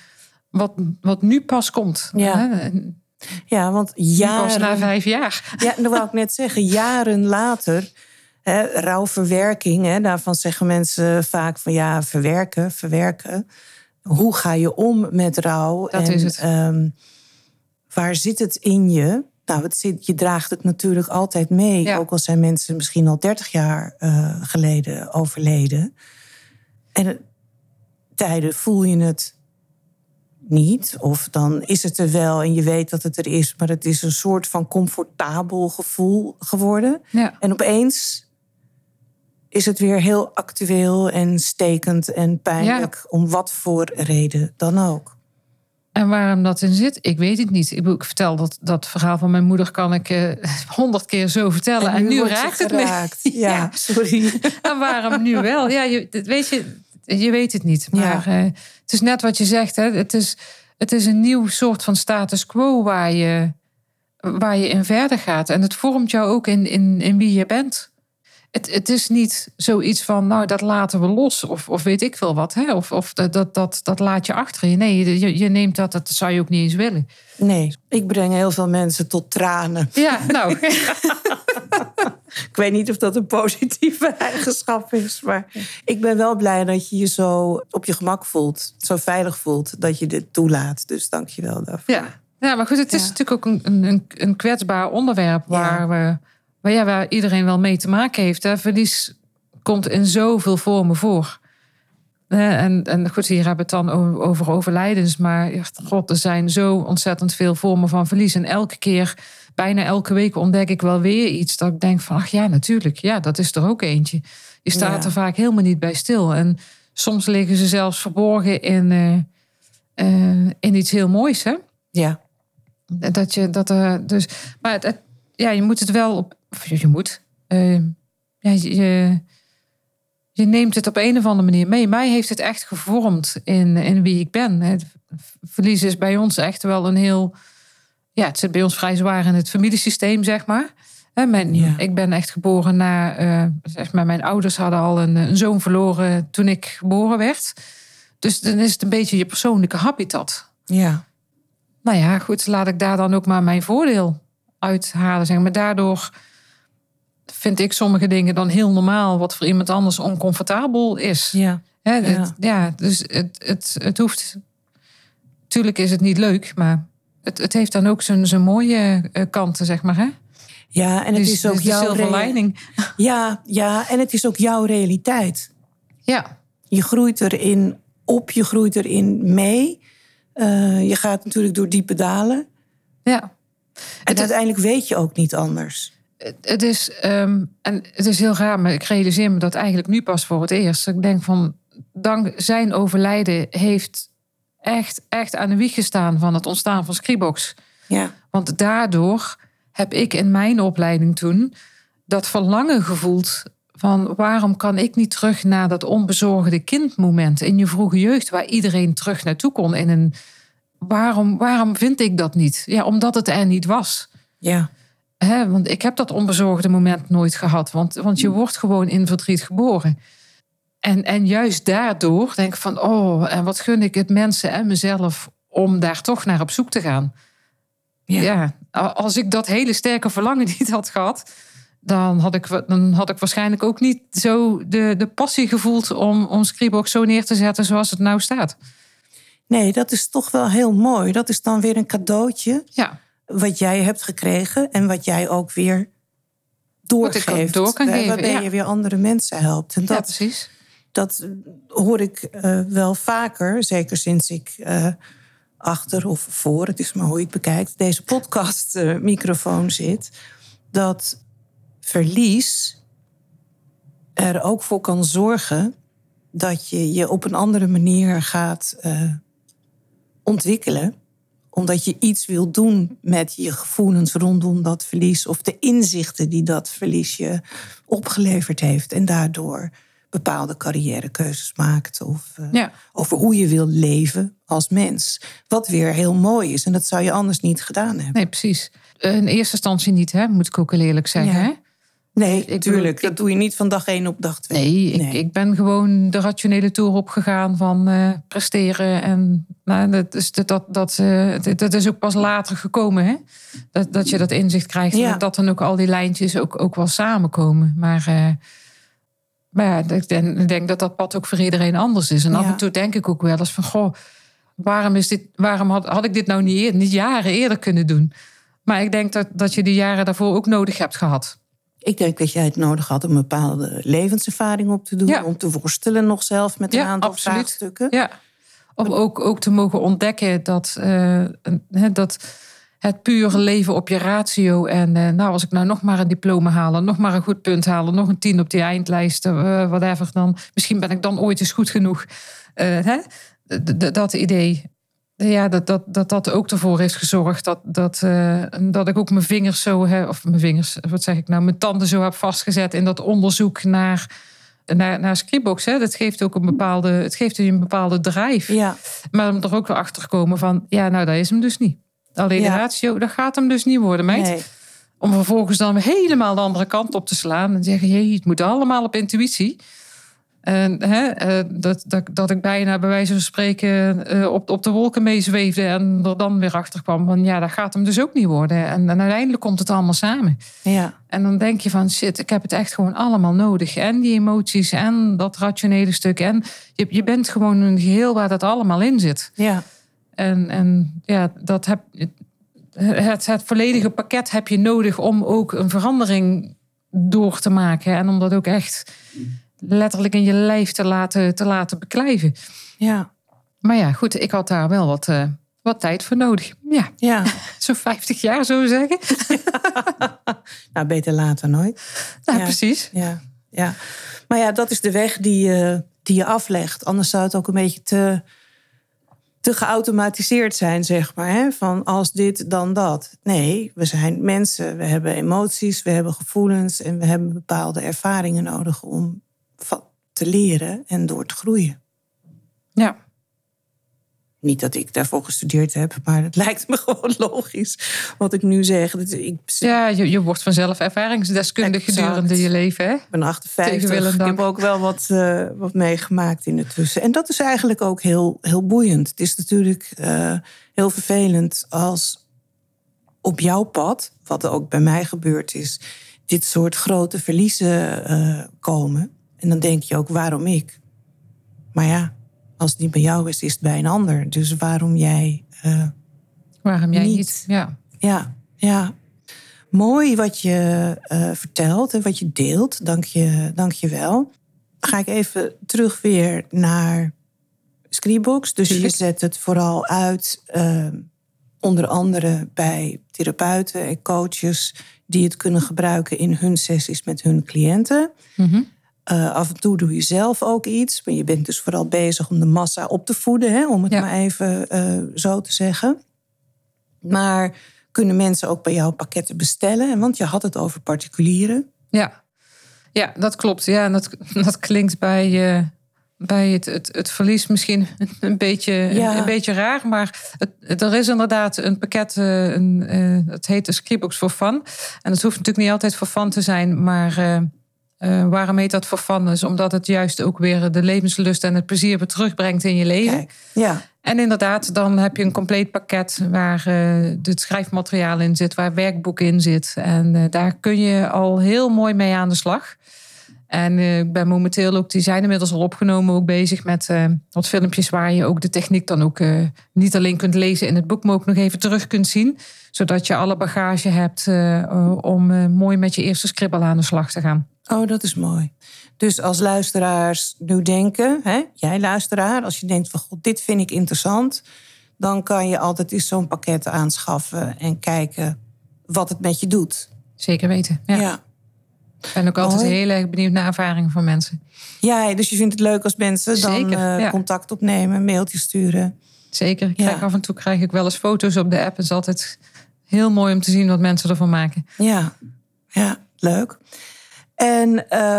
wat nu pas komt. Ja. Ja, want jaren... Pas na 5 jaar. Ja, dat wou ik net zeggen. Jaren later, rouwverwerking, daarvan zeggen mensen vaak van verwerken. Hoe ga je om met rouw? Dat is het. Waar zit het in je? Nou, je draagt het natuurlijk altijd mee. Ja. Ook al zijn mensen misschien al 30 jaar geleden overleden. En tijden voel je het niet. Of dan is het er wel en je weet dat het er is. Maar het is een soort van comfortabel gevoel geworden. Ja. En opeens is het weer heel actueel en stekend en pijnlijk. Ja. Om wat voor reden dan ook. En waarom dat in zit, ik weet het niet. Ik vertel dat verhaal van mijn moeder kan ik 100 keer zo vertellen. En nu raakt het me. Ja, sorry. En waarom nu wel? Ja, je weet het niet. Maar het is net wat je zegt. Hè. Het is een nieuw soort van status quo waar je in verder gaat. En het vormt jou ook in wie je bent. Het is niet zoiets van, nou, dat laten we los. Of weet ik veel wat. Hè? Of dat laat je achter je. Nee, je neemt dat zou je ook niet eens willen. Nee, ik breng heel veel mensen tot tranen. Ja, nou. Ik weet niet of dat een positieve eigenschap is. Maar ik ben wel blij dat je je zo op je gemak voelt. Zo veilig voelt dat je dit toelaat. Dus dank je wel daarvoor. Ja, maar goed, het is natuurlijk ook een kwetsbaar onderwerp waar iedereen wel mee te maken heeft. Hè. Verlies komt in zoveel vormen voor. En goed, hier hebben we het dan over overlijdens. Maar er zijn zo ontzettend veel vormen van verlies. En elke keer, bijna elke week ontdek ik wel weer iets. Dat ik denk van, ach ja, natuurlijk. Ja, dat is er ook eentje. Je staat er vaak helemaal niet bij stil. En soms liggen ze zelfs verborgen in iets heel moois. Hè? Ja. Maar je moet het wel op... Je moet. Je neemt het op een of andere manier mee. Mij heeft het echt gevormd in wie ik ben. Het verlies is bij ons echt wel een heel... Ja, het zit bij ons vrij zwaar in het familiesysteem, zeg maar. Ik ben echt geboren na... zeg maar, mijn ouders hadden al een zoon verloren toen ik geboren werd. Dus dan is het een beetje je persoonlijke habitat. Ja. Nou ja, goed, laat ik daar dan ook maar mijn voordeel uithalen. Zeg maar daardoor vind ik sommige dingen dan heel normaal, wat voor iemand anders oncomfortabel is. Ja. Dus het hoeft... Tuurlijk is het niet leuk, maar het heeft dan ook zijn mooie kanten, zeg maar. Hè? Ja, en het is ook jouw zilverlining. Ja, en het is ook jouw realiteit. Ja. Je groeit erin op, je groeit erin mee. Je gaat natuurlijk door diepe dalen. Ja. En uiteindelijk weet je ook niet anders. Het is heel raar, maar ik realiseer me dat eigenlijk nu pas voor het eerst. Ik denk van, dank zijn overlijden heeft echt aan de wieg gestaan van het ontstaan van Scribox. Ja. Want daardoor heb ik in mijn opleiding toen dat verlangen gevoeld van waarom kan ik niet terug naar dat onbezorgde kindmoment in je vroege jeugd waar iedereen terug naartoe kon in waarom vind ik dat niet? Ja, omdat het er niet was. Ja. Want ik heb dat onbezorgde moment nooit gehad. Want je wordt gewoon in verdriet geboren. En juist daardoor denk ik van... en wat gun ik het mensen en mezelf... om daar toch naar op zoek te gaan. Ja, als ik dat hele sterke verlangen niet had gehad... dan had ik waarschijnlijk ook niet zo de passie gevoeld... om Scribox zo neer te zetten zoals het nou staat. Nee, dat is toch wel heel mooi. Dat is dan weer een cadeautje... Ja. Wat jij hebt gekregen en wat jij ook weer doorgeeft. Door kan geven, waarbij je weer andere mensen helpt. En dat, precies. Dat hoor ik wel vaker, zeker sinds ik achter of voor, het is maar hoe je het bekijkt, deze podcastmicrofoon zit. Dat verlies er ook voor kan zorgen dat je je op een andere manier gaat ontwikkelen. Omdat je iets wil doen met je gevoelens rondom dat verlies... of de inzichten die dat verlies je opgeleverd heeft... en daardoor bepaalde carrièrekeuzes maakt... of over hoe je wil leven als mens. Wat weer heel mooi is. En dat zou je anders niet gedaan hebben. Nee, precies. In eerste instantie niet, hè? Moet ik ook heel eerlijk zeggen. Ja. Hè? Nee, tuurlijk. Dat doe je niet van dag 1 op dag 2. Nee. Ik ben gewoon de rationele toer opgegaan van presteren. En dat is ook pas later gekomen, hè? Dat je dat inzicht krijgt. En dat dan ook al die lijntjes ook wel samenkomen. Maar ik denk dat dat pad ook voor iedereen anders is. En af en toe denk ik ook wel eens van... goh, waarom had ik dit nou niet jaren eerder kunnen doen? Maar ik denk dat je die jaren daarvoor ook nodig hebt gehad. Ik denk dat jij het nodig had om een bepaalde levenservaring op te doen. Ja. Om te worstelen nog zelf met een aantal vraagstukken. Ja, om ook te mogen ontdekken dat het pure leven op je ratio... en als ik nou nog maar een diploma halen, nog maar een goed punt halen... nog een 10 op die eindlijst, whatever dan... misschien ben ik dan ooit eens goed genoeg. Dat idee... Ja, dat ook ervoor heeft gezorgd dat ik ook mijn vingers zo heb, of mijn vingers, wat zeg ik nou, mijn tanden zo heb vastgezet in dat onderzoek naar Scribox. Dat geeft ook het geeft een bepaalde drive. Ja. Maar om er ook weer achter te komen van, dat is hem dus niet. Alleen de ratio, dat gaat hem dus niet worden, meid. Nee. Om vervolgens dan weer helemaal de andere kant op te slaan en zeggen, het moet allemaal op intuïtie. En dat ik bijna bij wijze van spreken op de wolken meezweefde en er dan weer achter kwam van dat gaat hem dus ook niet worden. En uiteindelijk komt het allemaal samen. Ja. En dan denk je van shit, ik heb het echt gewoon allemaal nodig. En die emoties en dat rationele stuk. En je bent gewoon een geheel waar dat allemaal in zit. Ja. En het volledige pakket heb je nodig om ook een verandering door te maken. En om dat ook echt... letterlijk in je lijf te laten beklijven. Ja. Maar goed, ik had daar wel wat tijd voor nodig. Ja. Zo'n 50 jaar, zo zeggen. Nou, beter later nooit. Ja, precies. Ja. Maar dat is de weg die je aflegt. Anders zou het ook een beetje te geautomatiseerd zijn, zeg maar. Hè? Van als dit, dan dat. Nee, we zijn mensen. We hebben emoties, we hebben gevoelens... en we hebben bepaalde ervaringen nodig om te leren en door te groeien. Ja. Niet dat ik daarvoor gestudeerd heb, maar het lijkt me gewoon logisch wat ik nu zeg. Je wordt vanzelf ervaringsdeskundig gedurende je leven. Hè? Ik ben 58. Ik heb ook wel wat meegemaakt in het tussen. En dat is eigenlijk ook heel, heel boeiend. Het is natuurlijk heel vervelend als op jouw pad, wat ook bij mij gebeurd is, dit soort grote verliezen komen. En dan denk je ook, waarom ik? Maar als het niet bij jou is het bij een ander. Dus waarom jij niet? Ja. Mooi wat je vertelt en wat je deelt. Dank je wel. Ga ik even terug weer naar Scribox. Dus je zet het vooral uit, onder andere bij therapeuten en coaches die het kunnen gebruiken in hun sessies met hun cliënten. Mm-hmm. Af en toe doe je zelf ook iets. Maar je bent dus vooral bezig om de massa op te voeden. Hè, om het maar even zo te zeggen. Maar kunnen mensen ook bij jou pakketten bestellen? Want je had het over particulieren. Ja, dat klopt. Ja, en dat klinkt bij bij het verlies misschien een beetje raar. Maar er is inderdaad een pakket, het heet de Scribox for Fun. En dat hoeft natuurlijk niet altijd voor fun te zijn. Maar waarom heet dat for fun? Is omdat het juist ook weer de levenslust en het plezier weer terugbrengt in je leven. Kijk, ja. En inderdaad, dan heb je een compleet pakket waar het schrijfmateriaal in zit, waar werkboek in zit. En daar kun je al heel mooi mee aan de slag. En ik ben momenteel ook, die zijn inmiddels al opgenomen, ook bezig met wat filmpjes waar je ook de techniek dan ook niet alleen kunt lezen in het boek, maar ook nog even terug kunt zien. Zodat je alle bagage hebt om mooi met je eerste scribbel aan de slag te gaan. Oh, dat is mooi. Dus als luisteraars nu denken, hè, jij luisteraar, als je denkt van god, dit vind ik interessant, dan kan je altijd eens zo'n pakket aanschaffen en kijken wat het met je doet. Zeker weten, ja. Ik ben ook altijd heel erg benieuwd naar ervaringen van mensen. Ja, dus je vindt het leuk als mensen dan contact opnemen, mailtjes sturen. Zeker. Af en toe krijg ik wel eens foto's op de app. Het is altijd heel mooi om te zien wat mensen ervan maken. Ja, leuk. En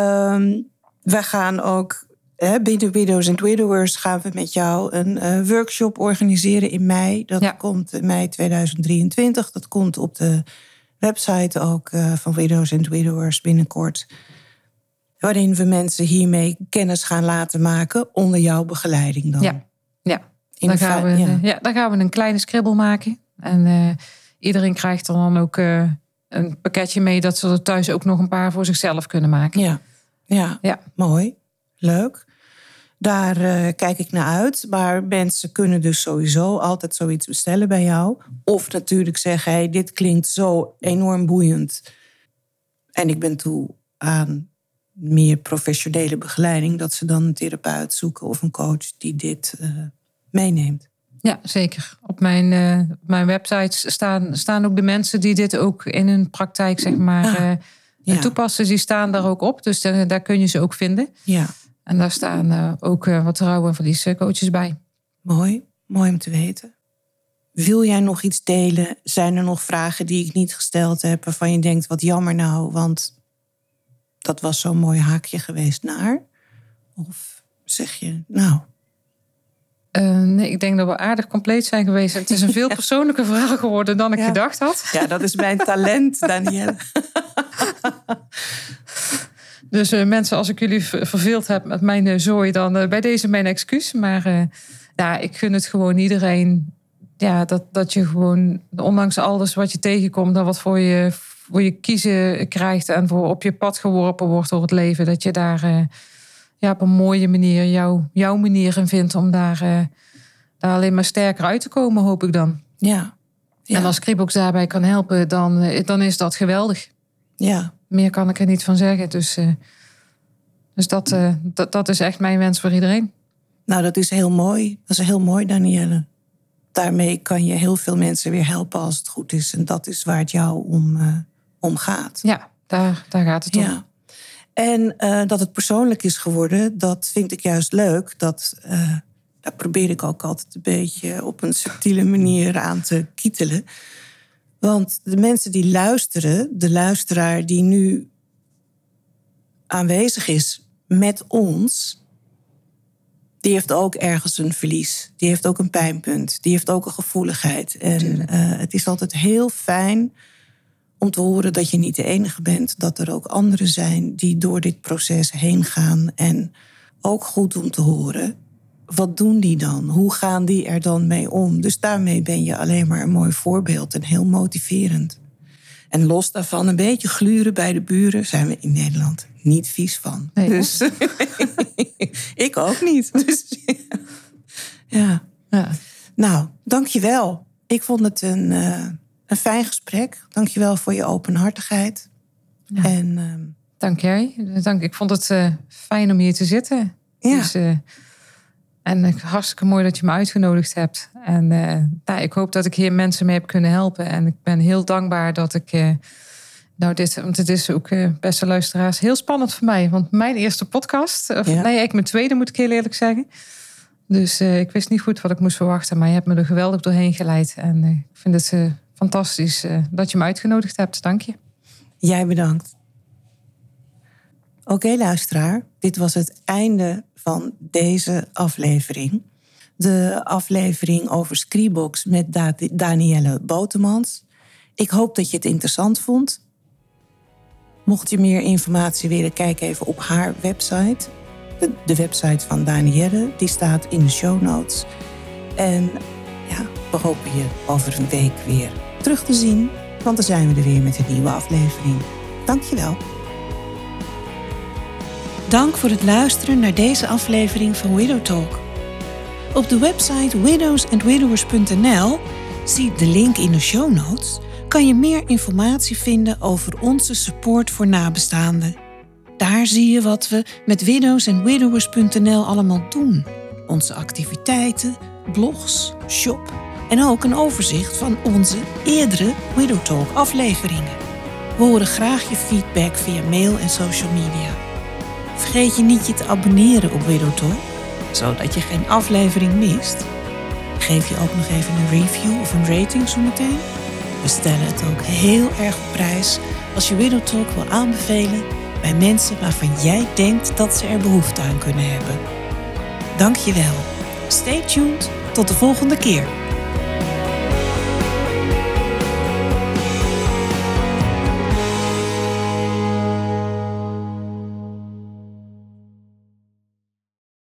wij gaan ook binnen Widows and Widowers gaan we met jou een workshop organiseren in mei. Dat komt in mei 2023. Dat komt op de website ook van Widows and Widowers binnenkort. Waarin we mensen hiermee kennis gaan laten maken onder jouw begeleiding dan. Ja. Dan gaan we een kleine scribbel maken. En iedereen krijgt er dan ook een pakketje mee dat ze er thuis ook nog een paar voor zichzelf kunnen maken. Ja. Mooi. Leuk. Daar kijk ik naar uit. Maar mensen kunnen dus sowieso altijd zoiets bestellen bij jou. Of natuurlijk zeggen, hey, dit klinkt zo enorm boeiend. En ik ben toe aan meer professionele begeleiding. Dat ze dan een therapeut zoeken of een coach die dit meeneemt. Ja, zeker. Op mijn website staan ook de mensen die dit ook in hun praktijk zeg maar toepassen. Die staan daar ook op. Dus daar kun je ze ook vinden. Ja. En daar staan ook wat trouw- en verliescoaches bij. Mooi om te weten. Wil jij nog iets delen? Zijn er nog vragen die ik niet gesteld heb waarvan je denkt, wat jammer nou, want dat was zo'n mooi haakje geweest naar? Of zeg je, nou... Nee, ik denk dat we aardig compleet zijn geweest. Het is een veel persoonlijke vraag geworden dan ik gedacht had. Ja, dat is mijn talent, Danielle. Dus mensen, als ik jullie verveeld heb met mijn zooi, dan bij deze mijn excuus. Maar ik gun het gewoon iedereen. Ja, dat je gewoon, ondanks alles wat je tegenkomt, dan wat voor je kiezen krijgt en voor op je pad geworpen wordt door het leven. Dat je daar op een mooie manier jouw manier in vindt om daar alleen maar sterker uit te komen, hoop ik dan. Ja. En als Scribox daarbij kan helpen, dan is dat geweldig. Ja. Meer kan ik er niet van zeggen. Dus dat is echt mijn wens voor iedereen. Nou, dat is heel mooi. Dat is heel mooi, Danielle. Daarmee kan je heel veel mensen weer helpen als het goed is. En dat is waar het jou om gaat. Ja, daar gaat het om. Ja. En dat het persoonlijk is geworden, dat vind ik juist leuk. Daar probeer ik ook altijd een beetje op een subtiele manier aan te kietelen. Want de mensen die luisteren, de luisteraar die nu aanwezig is met ons, die heeft ook ergens een verlies. Die heeft ook een pijnpunt. Die heeft ook een gevoeligheid. En het is altijd heel fijn om te horen dat je niet de enige bent. Dat er ook anderen zijn die door dit proces heen gaan. En ook goed om te horen, wat doen die dan? Hoe gaan die er dan mee om? Dus daarmee ben je alleen maar een mooi voorbeeld en heel motiverend. En los daarvan, een beetje gluren bij de buren zijn we in Nederland niet vies van. Nee, dus ik ook niet. Dus, ja. Nou, dankjewel. Ik vond het een fijn gesprek. Dankjewel voor je openhartigheid. Ja. En, dank jij. Ik vond het fijn om hier te zitten. Ja. Dus, en hartstikke mooi dat je me uitgenodigd hebt. En ik hoop dat ik hier mensen mee heb kunnen helpen. En ik ben heel dankbaar dat ik want het is ook, beste luisteraars, heel spannend voor mij. Want mijn eerste podcast, eigenlijk mijn tweede moet ik heel eerlijk zeggen. Dus ik wist niet goed wat ik moest verwachten. Maar je hebt me er geweldig doorheen geleid. En ik vind het fantastisch dat je me uitgenodigd hebt. Dank je. Jij bedankt. Oké, luisteraar. Dit was het einde van deze aflevering. De aflevering over Scribox met Danielle Botemans. Ik hoop dat je het interessant vond. Mocht je meer informatie willen, kijk even op haar website. De website van Danielle, die staat in de show notes. En ja, we hopen je over een week weer terug te zien. Want dan zijn we er weer met een nieuwe aflevering. Dankjewel. Dank voor het luisteren naar deze aflevering van Widow Talk. Op de website widowsandwidowers.nl, zie de link in de show notes, kan je meer informatie vinden over onze support voor nabestaanden. Daar zie je wat we met widowsandwidowers.nl allemaal doen. Onze activiteiten, blogs, shop en ook een overzicht van onze eerdere Widow Talk afleveringen. We horen graag je feedback via mail en social media. Vergeet je niet je te abonneren op Widow Talk, zodat je geen aflevering mist. Geef je ook nog even een review of een rating zometeen. We stellen het ook heel erg op prijs als je Widow Talk wil aanbevelen bij mensen waarvan jij denkt dat ze er behoefte aan kunnen hebben. Dank je wel. Stay tuned. Tot de volgende keer.